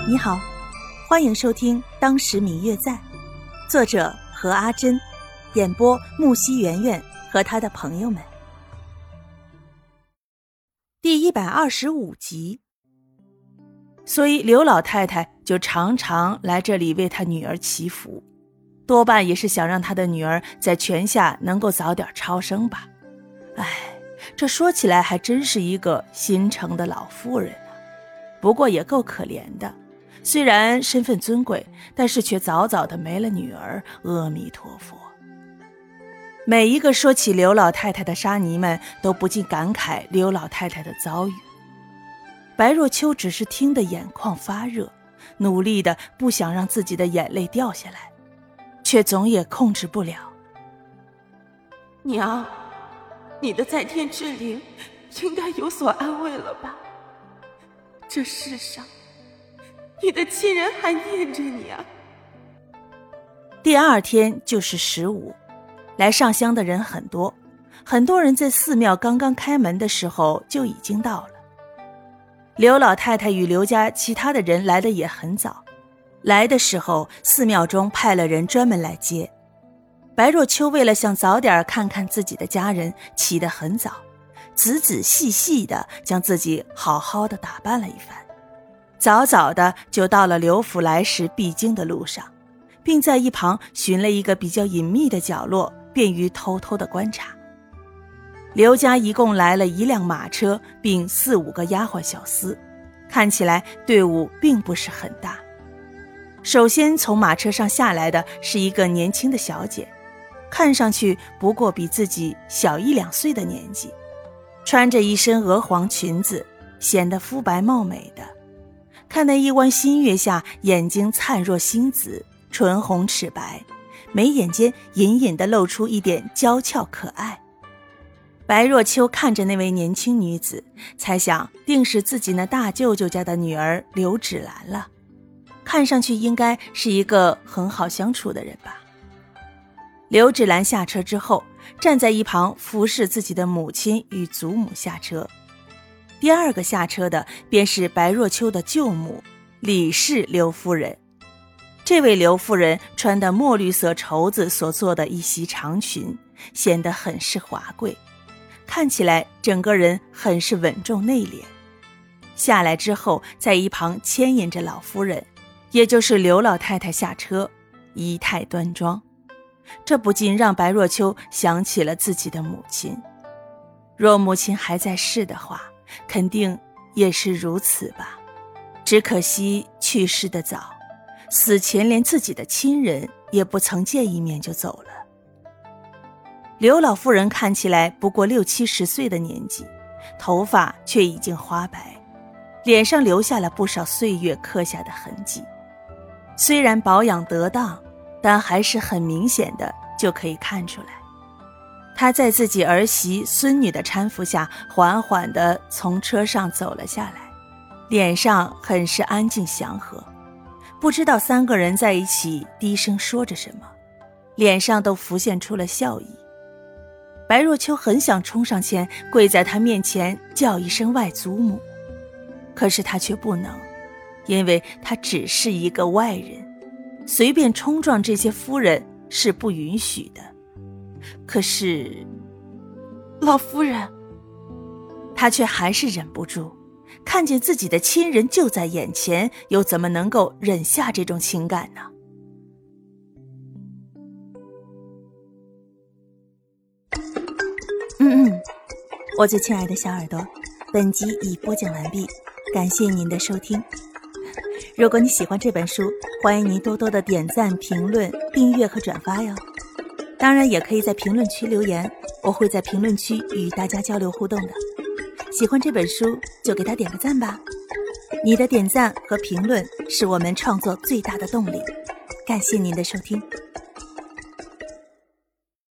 你好，欢迎收听《当时明月在》，作者何阿珍，演播木西圆圆和他的朋友们。第125集。所以刘老太太就常常来这里为她女儿祈福，多半也是想让她的女儿在泉下能够早点超生吧。这说起来还真是一个心诚的老妇人啊，不过也够可怜的。虽然身份尊贵，但是却早早的没了女儿。阿弥陀佛。每一个说起刘老太太的沙尼们都不禁感慨刘老太太的遭遇。白若秋只是听得眼眶发热，努力的不想让自己的眼泪掉下来，却总也控制不了。 娘，你的在天之灵应该有所安慰了吧？这世上你的亲人还念着你啊。 第二天就是15，来上香的人很多，很多人在寺庙刚刚开门的时候就已经到了。刘老太太与刘家其他的人来的也很早，来的时候寺庙中派了人专门来接。白若秋为了想早点看看自己的家人，起得很早，仔仔细细的将自己好好的打扮了一番，早早的就到了刘府来时必经的路上，并在一旁寻了一个比较隐秘的角落，便于偷偷的观察。刘家一共来了1辆马车，并4、5个丫鬟小厮，看起来队伍并不是很大。首先从马车上下来的是一个年轻的小姐，看上去不过比自己小1、2岁的年纪，穿着一身鹅黄裙子，显得肤白貌美的。看那一弯新月下，眼睛灿若星子，唇红齿白，眉眼间隐隐地露出一点娇俏可爱。白若秋看着那位年轻女子，猜想定是自己那大舅舅家的女儿刘芷兰了，看上去应该是一个很好相处的人吧。刘芷兰下车之后，站在一旁服侍自己的母亲与祖母下车。第二个下车的便是白若秋的舅母李氏刘夫人。这位刘夫人穿的墨绿色绸子所做的一袭长裙，显得很是华贵，看起来整个人很是稳重内敛。下来之后，在一旁牵引着老夫人，也就是刘老太太下车，仪态端庄。这不禁让白若秋想起了自己的母亲，若母亲还在世的话，肯定也是如此吧。只可惜去世的早，死前连自己的亲人也不曾见一面就走了。刘老夫人看起来不过60、70岁的年纪，头发却已经花白，脸上留下了不少岁月刻下的痕迹。虽然保养得当，但还是很明显的就可以看出来。她在自己儿媳孙女的搀扶下，缓缓地从车上走了下来，脸上很是安静祥和。不知道3个人在一起低声说着什么，脸上都浮现出了笑意。白若秋很想冲上前，跪在她面前叫一声外祖母，可是她却不能，因为她只是一个外人，随便冲撞这些夫人是不允许的。可是老夫人， 她却还是忍不住，看见自己的亲人就在眼前，又怎么能够忍下这种情感呢？我最亲爱的小耳朵，本集已播讲完毕，感谢您的收听。如果你喜欢这本书，欢迎您多多的点赞、评论、订阅和转发哟。当然也可以在评论区留言，我会在评论区与大家交流互动的。喜欢这本书就给它点个赞吧，你的点赞和评论是我们创作最大的动力。感谢您的收听。